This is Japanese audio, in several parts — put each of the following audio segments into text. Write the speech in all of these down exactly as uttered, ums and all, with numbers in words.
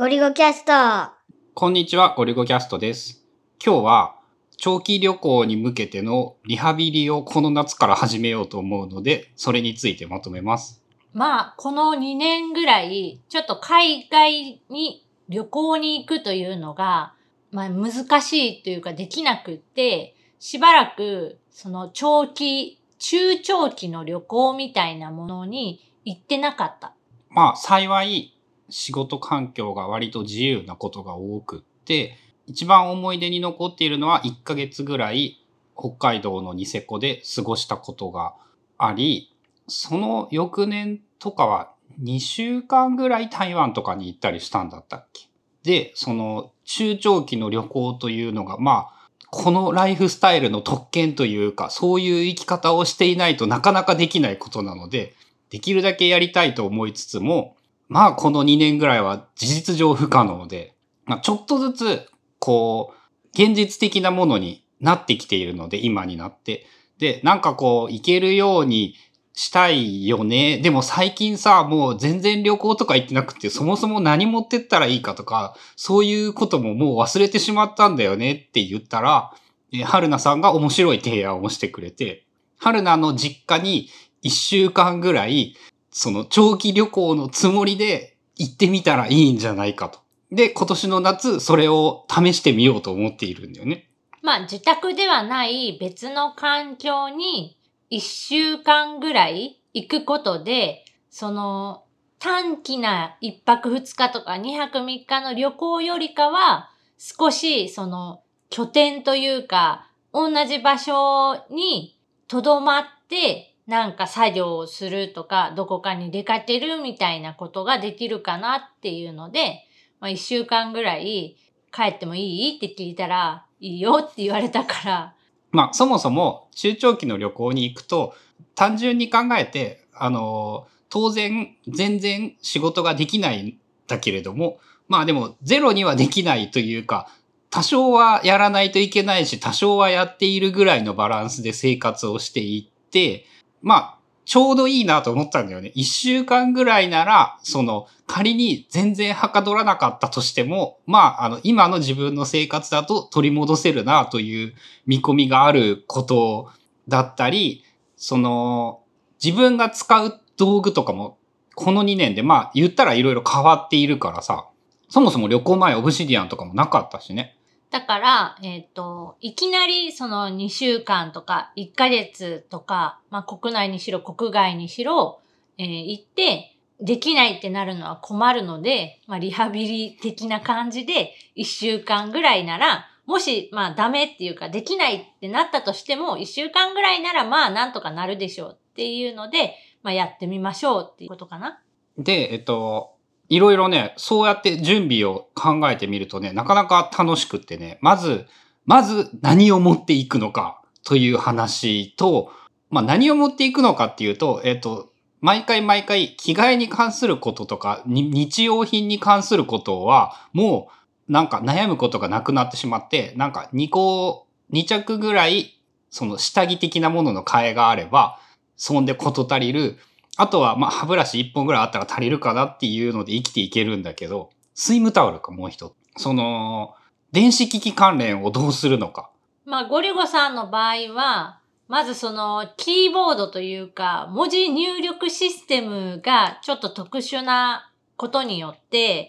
ゴリゴキャスト。 こんにちは、ゴリゴキャストです。今日は長期旅行に向けてのリハビリをこの夏から始めようと思うので、それについてまとめます。 まあ、このにねんぐらい、ちょっと海外に旅行に行くというのが、まあ難しいというかできなくって、しばらくその長期、中長期の旅行みたいなものに行ってなかった。 まあ幸い仕事環境が割と自由なことが多くって、一番思い出に残っているのはいっかげつぐらい北海道のニセコで過ごしたことがあり、その翌年とかはにしゅうかんぐらい台湾とかに行ったりしたんだったっけ。で、その中長期の旅行というのが、まあ、このライフスタイルの特権というか、そういう生き方をしていないとなかなかできないことなので、できるだけやりたいと思いつつも、まあこのにねんぐらいは事実上不可能で、まあ、ちょっとずつ、こう、現実的なものになってきているので、今になって。で、なんかこう、行けるようにしたいよね。でも最近さ、もう全然旅行とか行ってなくて、そもそも何持ってったらいいかとか、そういうことももう忘れてしまったんだよねって言ったら、え春菜さんが面白い提案をしてくれて、春菜の実家にいっしゅうかんぐらい、その長期旅行のつもりで行ってみたらいいんじゃないかと。で、今年の夏、それを試してみようと思っているんだよね。 まあ自宅ではない別の環境にいっしゅうかんぐらい行くことで、その短期ないっぱくふつかとかにはくみっかの旅行よりかは少しその拠点というか同じ場所に留まってなんか作業をするとかどこかに出かけるみたいなことができるかなっていうので、まあいっしゅうかんぐらい帰ってもいいって聞いたらいいよって言われたから。 まあそもそも中長期の旅行に行くと単純に考えて、あの、当然全然仕事ができないんだけれども、まあでもゼロにはできないというか、多少はやらないといけないし、多少はやっているぐらいのバランスで生活をしていって、まあ、ちょうどいいなと思ったんだよね。一週間ぐらいなら、その、仮に全然はかどらなかったとしても、まあ、あの、今の自分の生活だと取り戻せるなという見込みがあることだったり、その、自分が使う道具とかも、このにねんで、まあ、言ったらいろいろ変わっているからさ、そもそも旅行前オブシディアンとかもなかったしね。 だから、えっと、いきなりそのにしゅうかんとかいっかげつとか、まあ国内にしろ国外にしろ、えー、行ってできないってなるのは困るので、まあリハビリ的な感じでいっしゅうかんぐらいなら、もしまあダメっていうかできないってなったとしてもいっしゅうかんぐらいならまあなんとかなるでしょうっていうので、まあやってみましょうっていうことかな。 で、えっと、いろいろね、そうやって準備を考えてみるとね、なかなか楽しくってね、まず、まず何を持っていくのかという話と、まあ何を持っていくのかっていうと、えっと、毎回毎回着替えに関することとか、日用品に関することは、もうなんか悩むことがなくなってしまって、なんかにこ、に着ぐらい、その下着的なものの替えがあれば、そんでこと足りる。あとは、まあ、歯ブラシ一本ぐらいあったら足りるかなっていうので生きていけるんだけど、スイムタオルかもう一つ。その、電子機器関連をどうするのか。 まあ、ゴリゴさんの場合は、まずその、キーボードというか、文字入力システムがちょっと特殊なことによって、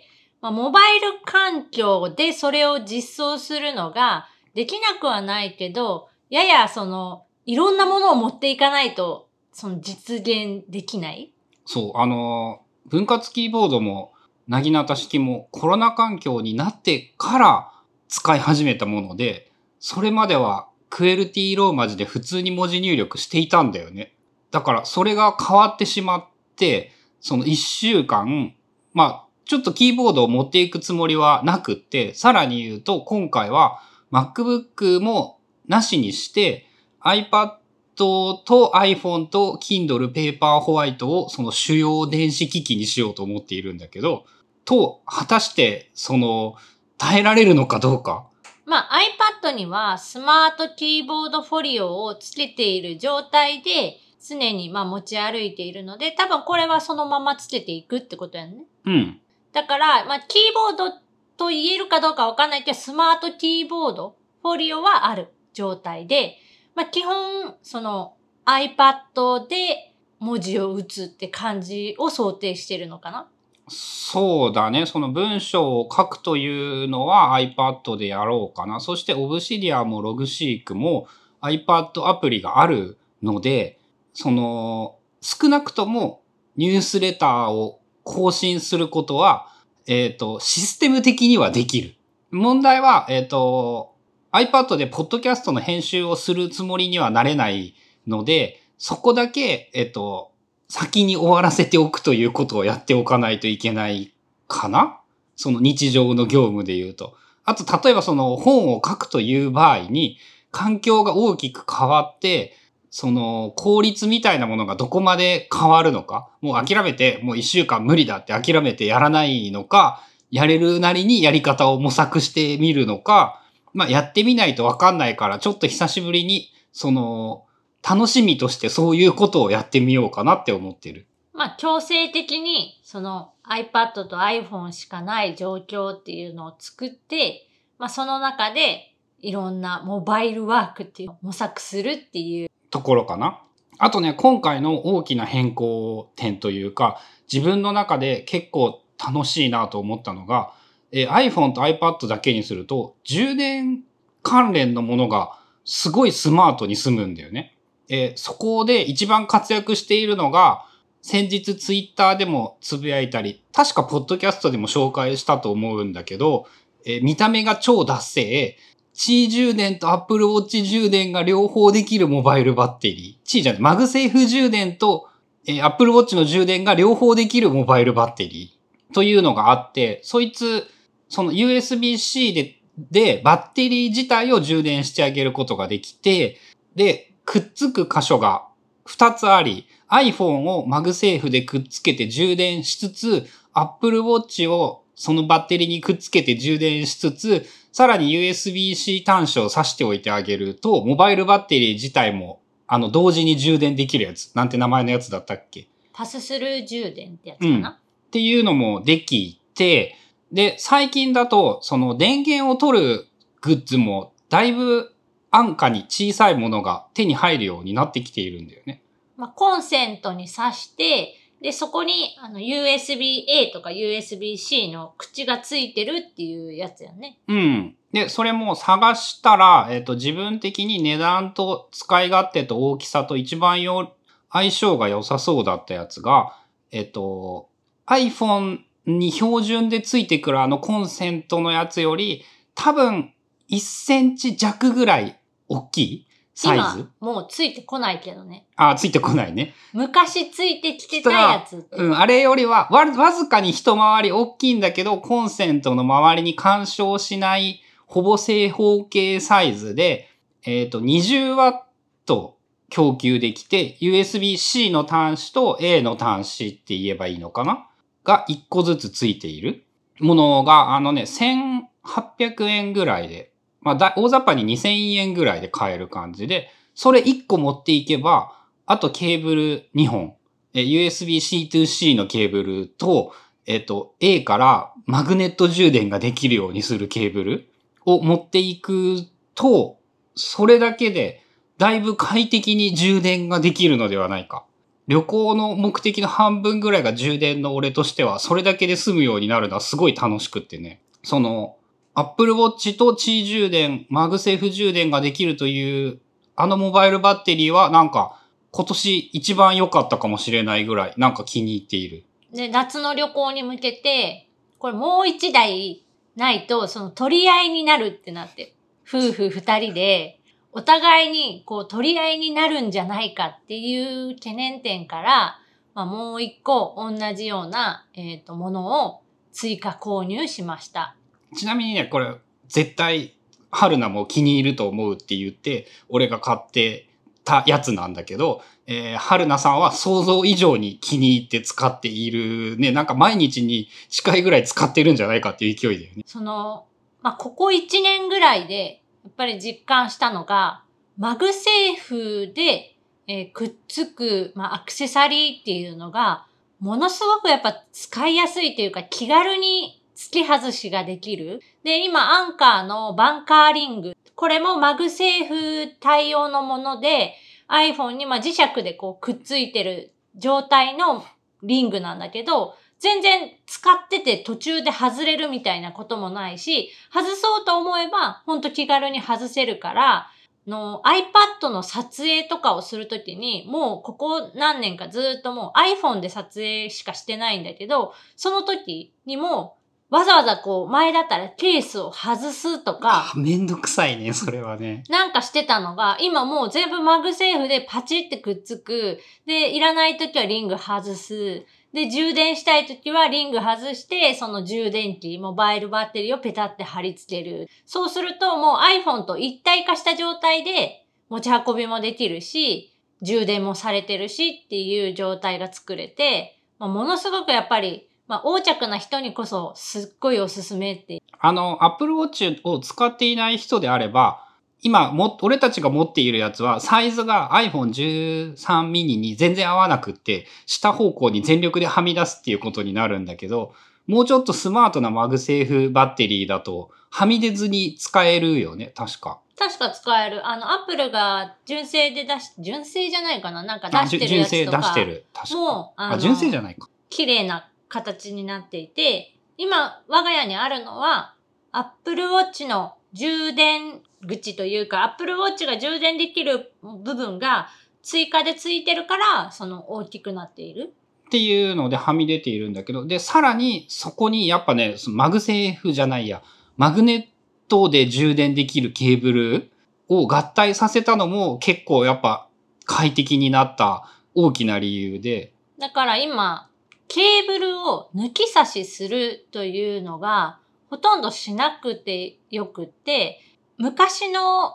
まあ、モバイル環境でそれを実装するのができなくはないけど、ややその、いろんなものを持っていかないと、その実現できない？ そう、あの、分割キーボードも、なぎなた式もコロナ環境になってから使い始めたもので、それまではクエルティローマ字で普通に文字入力していたんだよね。だからそれが変わってしまって、そのいっしゅうかん、まあ、ちょっとキーボードを持っていくつもりはなくって、さらに言うと今回は MacBook もなしにして、iPad と iPhone と Kindle Paperwhite をその主要電子機器にしようと思っているんだけど、と、果たしてその耐えられるのかどうか。 まあ iPad にはスマートキーボードフォリオをつけている状態で常にまあ持ち歩いているので、多分これはそのままつけていくってことやね。 うん。 だから、まあ、キーボードと言えるかどうかわかんないけど、スマートキーボード、フォリオはある状態で、まあ、基本、その iPad で文字を打つって感じを想定してるのかな？ そうだね。その文章を書くというのは iPad でやろうかな。そして Obsidian も Logseek も iPad アプリがあるので、その少なくともニュースレターを更新することは、えっと、システム的にはできる。問題は、えっと、iPad でポッドキャストの編集をするつもりにはなれないので、そこだけ、えっと、先に終わらせておくということをやっておかないといけないかな？その日常の業務で言うと。あと、例えばその本を書くという場合に、環境が大きく変わって、その効率みたいなものがどこまで変わるのか、もう諦めて、もう一週間無理だって諦めてやらないのか、やれるなりにやり方を模索してみるのか、まあやってみないとわかんないから、ちょっと久しぶりに、その、楽しみとしてそういうことをやってみようかなって思ってる。 まあ、強制的に、その iPad と iPhone しかない状況っていうのを作って、まあ、その中でいろんなモバイルワークっていうのを模索するっていうところかな。あとね、今回の大きな変更点というか、自分の中で結構楽しいなと思ったのが、えー iPhone と iPad だけにすると、充電関連のものがすごいスマートに済むんだよね。えーそこで一番活躍しているのが、先日ツイッターでもつぶやいたり、確かポッドキャストでも紹介したと思うんだけど、えー見た目が超ダッセー、C 充電と Apple Watch 充電が両方できるモバイルバッテリー。C じゃない、マグセーフ充電と、えー Apple Watch の充電が両方できるモバイルバッテリーというのがあって、そいつ、その ユーエスビーシー で、で、バッテリー自体を充電してあげることができて、で、くっつく箇所がふたつあり、iPhone をマグセーフでくっつけて充電しつつ、Apple Watch をそのバッテリーにくっつけて充電しつつ、さらに ユーエスビーシー 端子を挿しておいてあげると、モバイルバッテリー自体も、あの、同時に充電できるやつ。なんて名前のやつだったっけ？ パススルー充電ってやつかうん。 な。 っていうのもできて、で、最近だと、その電源を取るグッズも、だいぶ安価に小さいものが手に入るようになってきているんだよね。 まあ、コンセントに挿して、で、そこにあの ユーエスビーエー とか ユーエスビーシー の口がついてるっていうやつやね。 うん。で、それも探したら、えっと、自分的に値段と使い勝手と大きさと一番よ相性が良さそうだったやつが、えっと、iPhone に標準でついてくるあのコンセントのやつより、多分いっセンチ弱ぐらい大きいサイズ。 今、もうついてこないけどね。 あ、ついてこないね。 昔ついてきてたやつって。 うん、あれよりはわ、わずかに一回り大きいんだけど、コンセントの周りに干渉しない、ほぼ正方形サイズで、えっと、にじゅうワット供給できて、ユーエスビーシー の端子と A の端子って言えばいいのかながいっこずつついているものが、あのね、せんはっぴゃくえんぐらいで、まあ、だ大雑把ににせんえんぐらいで買える感じで、それいっこ持っていけば、あとケーブルにほん、え ユーエスビーシーツーシー のケーブルと、えっと、A からマグネット充電ができるようにするケーブルを持っていくと、それだけでだいぶ快適に充電ができるのではないか。旅行の目的の半分ぐらいが充電の俺としては、それだけで済むようになるのはすごい楽しくってね。その、Apple Watch と C 充電、マグセーフ充電ができるという、あのモバイルバッテリーはなんか、今年一番良かったかもしれないぐらい、なんか気に入っている。 で、夏の旅行に向けて、これもう一台ないと、その取り合いになるってなって、夫婦二人で、お互いにこう取り合いになるんじゃないかっていう懸念点から、まあ、もう一個同じような、えっと、ものを追加購入しました。 ちなみにね、これ、絶対、春菜も気に入ると思うって言って、俺が買ってたやつなんだけど、えー、春菜さんは想像以上に気に入って使っているね、なんか毎日に近いぐらい使ってるんじゃないかっていう勢いだよね。 その、まあ、ここ一年ぐらいで、やっぱり実感したのが、マグセーフで、えーくっつく、まあ、アクセサリーっていうのが、 ものすごくやっぱ使いやすいというか気軽に付け外しができる。で、今アンカーのバンカーリング。これもマグセーフ対応のもので iPhone にまあ磁石でこうくっついてる状態のリングなんだけど、全然使ってて途中で外れるみたいなこともないし、外そうと思えばほんと気軽に外せるから、の iPad の撮影とかをするときに、もうここ何年かずっともう iPhone で撮影しかしてないんだけど、その時にもわざわざこう前だったらケースを外すとか、 めんどくさいね、それはね。 なんかしてたのが、今もう全部マグセーフでパチってくっつく。で、いらない時はリング外す。で、充電したい時はリング外して、その充電器、モバイルバッテリーをペタって貼り付ける。そうするともう iPhone と一体化した状態で持ち運びもできるし、充電もされてるしっていう状態が作れて、まあ、ものすごくやっぱり、まあ、横着な人にこそすっごいおすすめって。 あの、Apple Watch を使っていない人であれば、今も、俺たちが持っているやつは、サイズが アイフォンじゅうさん mini に全然合わなくって、下方向に全力ではみ出すっていうことになるんだけど、もうちょっとスマートなマグセーフバッテリーだと、はみ出ずに使えるよね、確か。 確か使える。あの、アップルが純正で出し、純正じゃないかななんか出してる純正やつとか。 出してる。確か。 もう、あの、 あ、純正じゃないか。 綺麗な形になっていて、今、我が家にあるのは、Apple Watch の充電口というか、Apple Watch が充電できる部分が追加でついてるから、その大きくなっている。 っていうのではみ出ているんだけど、で、さらにそこにやっぱね、そのマグセーフじゃないや、マグネットで充電できるケーブルを合体させたのも結構やっぱ快適になった大きな理由で。 だから今、ケーブルを抜き差しするというのがほとんどしなくてよくって、昔の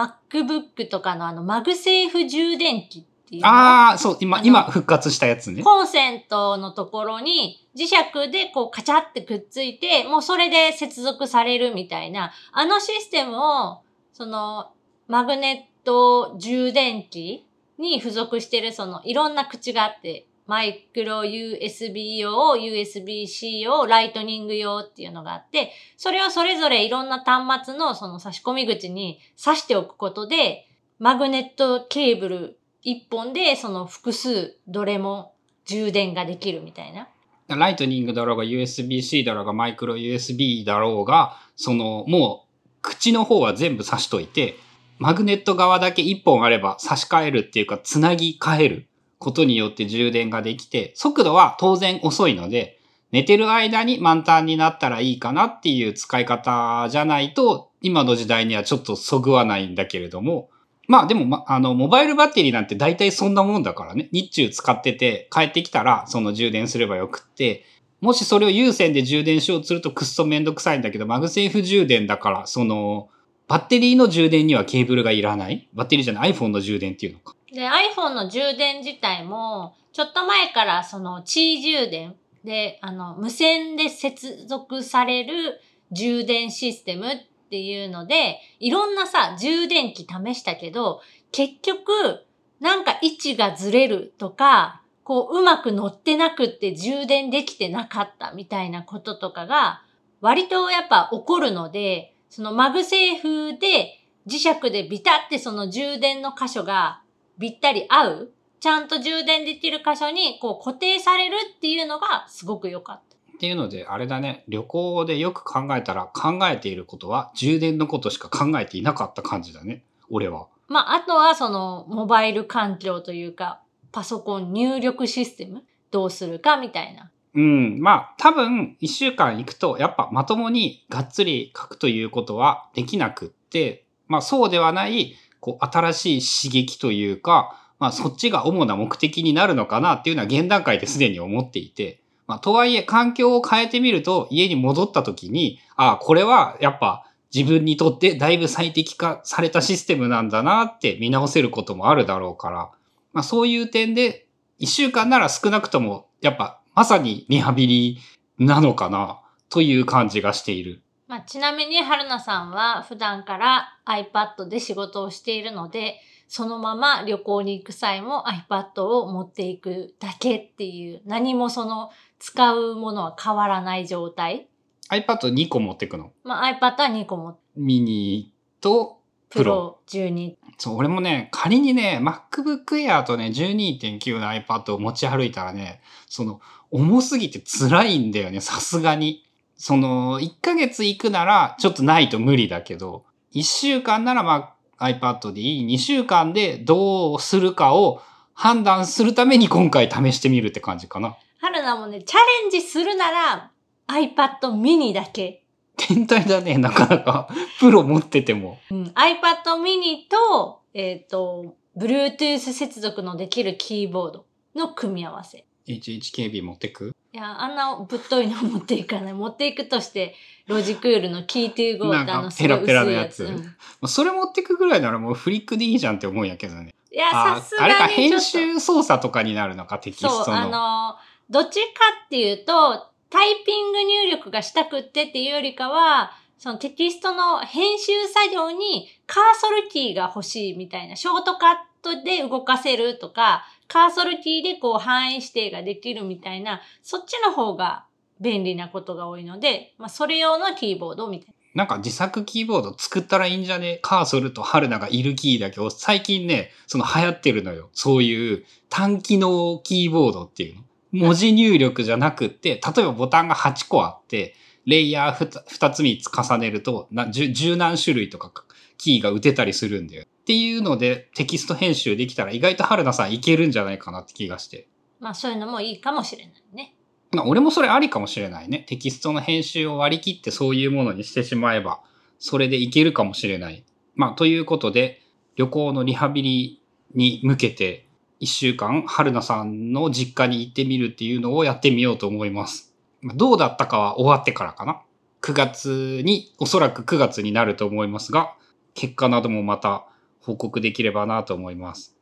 MacBook とかのあのマグセーフ充電器っていうの。 ああ、そう、今、今復活したやつね。 コンセントのところに磁石でこうカチャってくっついて、もうそれで接続されるみたいな、あのシステムを、そのマグネット充電器に付属してるそのいろんな口があって、マイクロ ユーエスビー 用、ユーエスビー-C 用、ライトニング用っていうのがあって、それをそれぞれいろんな端末のその差し込み口に挿しておくことで、マグネットケーブル一本でその複数どれも充電ができるみたいな。 ライトニングだろうが ユーエスビー-C だろうがマイクロ ユーエスビー だろうが、そのもう口の方は全部挿しといて、マグネット側だけ一本あれば差し替えるっていうかつなぎ替えることによって充電ができて、速度は当然遅いので、寝てる間に満タンになったらいいかなっていう使い方じゃないと、今の時代にはちょっとそぐわないんだけれども、まあでも、ま、あの、モバイルバッテリーなんて大体そんなもんだからね。日中使ってて帰ってきたらその充電すればよくって、もしそれを有線で充電しようとするとくっそめんどくさいんだけど、マグセーフ充電だから、その、バッテリーの充電にはケーブルがいらない。バッテリーじゃない iPhone の充電っていうのか。 で、iPhone の充電自体も、ちょっと前からその、地位充電で、あの、無線で接続される充電システムっていうので、いろんなさ、充電器試したけど、結局、なんか位置がずれるとか、こう、うまく乗ってなくって充電できてなかったみたいなこととかが、割とやっぱ起こるので、そのマグセーフで磁石でビタってその充電の箇所がぴったり合う、ちゃんと充電できる箇所にこう固定されるっていうのがすごく良かった。 っていうので、あれだね、旅行でよく考えたら考えていることは充電のことしか考えていなかった感じだね、俺は。 まあ、あとはそのモバイル環境というか、パソコン入力システムどうするかみたいな。 うん、まあ多分いっしゅうかん行くとやっぱまともにがっつり書くということはできなくって、まあそうではないこう新しい刺激というか、まあそっちが主な目的になるのかなっていうのは現段階ですでに思っていて、まあとはいえ環境を変えてみると家に戻った時に、ああこれはやっぱ自分にとってだいぶ最適化されたシステムなんだなって見直せることもあるだろうから、まあそういう点でいっしゅうかんなら少なくともやっぱまさにリハビリなのかなという感じがしている。 まあ、ちなみに春菜さんは普段から iPad で仕事をしているので、 そのまま旅行に行く際も iPad を持っていくだけっていう、何もその使うものは変わらない状態。 iPad にこ持ってくの？ まあ iPad はにこ持って。 ミニとプロ。 プロじゅうに。 そう、俺もね、仮にね、MacBook Air とね、じゅうにてんきゅう の iPad を持ち歩いたらね、その、重すぎて辛いんだよね、さすがに。その、いっかげつ行くなら、ちょっとないと無理だけど、いっしゅうかんならまあ iPad でいい、にしゅうかんでどうするかを判断するために今回試してみるって感じかな。 春菜もね、チャレンジするなら iPad mini だけ。 天体だね、なかなか。プロ持ってても。 うん、iPad mini と、えっと、Bluetooth 接続のできるキーボードの組み合わせ。 エイチエイチケービー 持ってく？ いや、あんなぶっといの持っていかない。持っていくとして、ロジクールのキートゥーゴーってあのすごい薄いやつ。 ペラペラのやつ。うん、それ持ってくぐらいならもうフリックでいいじゃんって思うんやけどね。 いや、さすがにあれか、編集操作とかになるのか、テキストの。 そう、あの、どっちかっていうと、タイピング入力がしたくってっていうよりかは、そのテキストの編集作業にカーソルキーが欲しいみたいな、ショートカットで動かせるとか、カーソルキーでこう範囲指定ができるみたいな、そっちの方が便利なことが多いので、まあそれ用のキーボードみたいな。 なんか自作キーボード作ったらいいんじゃね？カーソルと春菜がいるキーだけを最近ね、その流行ってるのよ。そういう単機能キーボードっていうの。文字入力じゃなくって、例えばボタンがはちこあって、レイヤーふたつみっつ重ねると、な十何種類とかキーが打てたりするんだよ。っていうのでテキスト編集できたら意外と春菜さんいけるんじゃないかなって気がして。 まあそういうのもいいかもしれないね。 まあ俺もそれありかもしれないね。テキストの編集を割り切ってそういうものにしてしまえば、それでいけるかもしれない。まあということで、旅行のリハビリに向けていっしゅうかん春菜さんの実家に行ってみるっていうのをやってみようと思います。どうだったかは終わってからかな。くがつに、おそらくくがつになると思いますが、結果などもまた報告できればなと思います。